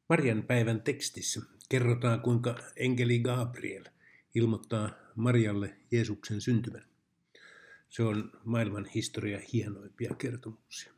Marian päivän tekstissä kerrotaan, kuinka enkeli Gabriel ilmoittaa Marialle Jeesuksen syntymän. Se on maailman historian hienoimpia kertomuksia.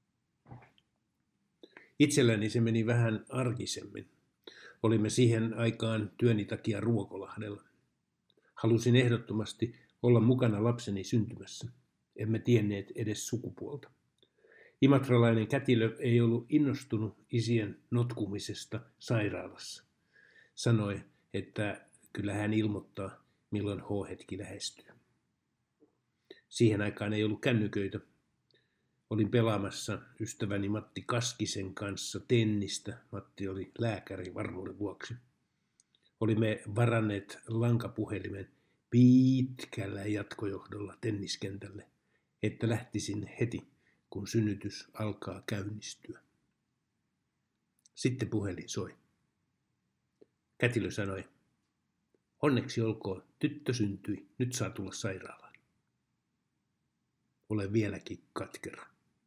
Itselläni se meni vähän arkisemmin. Olimme siihen aikaan työni takia Ruokolahdella. Halusin ehdottomasti olla mukana lapseni syntymässä. Emme tienneet edes sukupuolta. Imatralainen kätilö ei ollut innostunut isien notkumisesta sairaalassa. Sanoi, että kyllä hän ilmoittaa, milloin H-hetki lähestyy. Siihen aikaan ei ollut kännyköitä. Olin pelaamassa ystäväni Matti Kaskisen kanssa tennistä. Matti oli lääkäri varmuuden vuoksi. Olimme varanneet lankapuhelimen pitkällä jatkojohdolla tenniskentälle, että lähtisin heti, kun synnytys alkaa käynnistyä. Sitten puhelin soi. Kätilö sanoi, onneksi olkoon, tyttö syntyi, nyt saa tulla sairaalaan. Olen vieläkin katkera.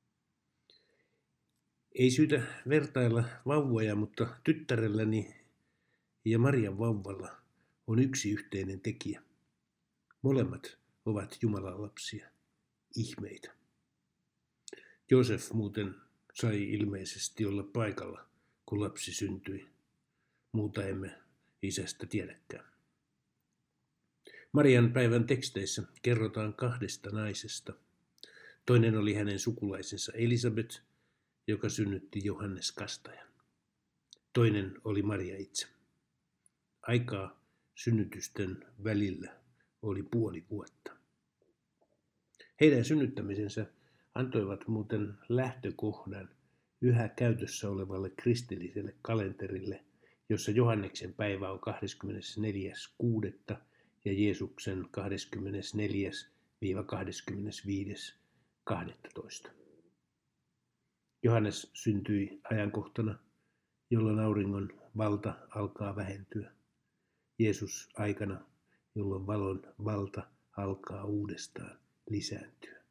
Ei syytä vertailla vauvoja, mutta tyttärelläni ja Marian vauvalla on yksi yhteinen tekijä. Molemmat ovat Jumalan lapsia, ihmeitä. Joosef muuten sai ilmeisesti olla paikalla, kun lapsi syntyi. Muuta emme isästä tiedäkään. Marian päivän teksteissä kerrotaan kahdesta naisesta. Toinen oli hänen sukulaisensa Elisabet, joka synnytti Johannes Kastajan. Toinen oli Maria itse. Aikaa synnytysten välillä oli puoli vuotta. Heidän synnyttämisensä antoivat muuten lähtökohdan yhä käytössä olevalle kristilliselle kalenterille, jossa Johanneksen päivä on 24.6. ja Jeesuksen 24.–25.12. Johannes syntyi ajankohtana, jolloin auringon valta alkaa vähentyä. Jeesus aikana, jolloin valon valta alkaa uudestaan lisääntyä.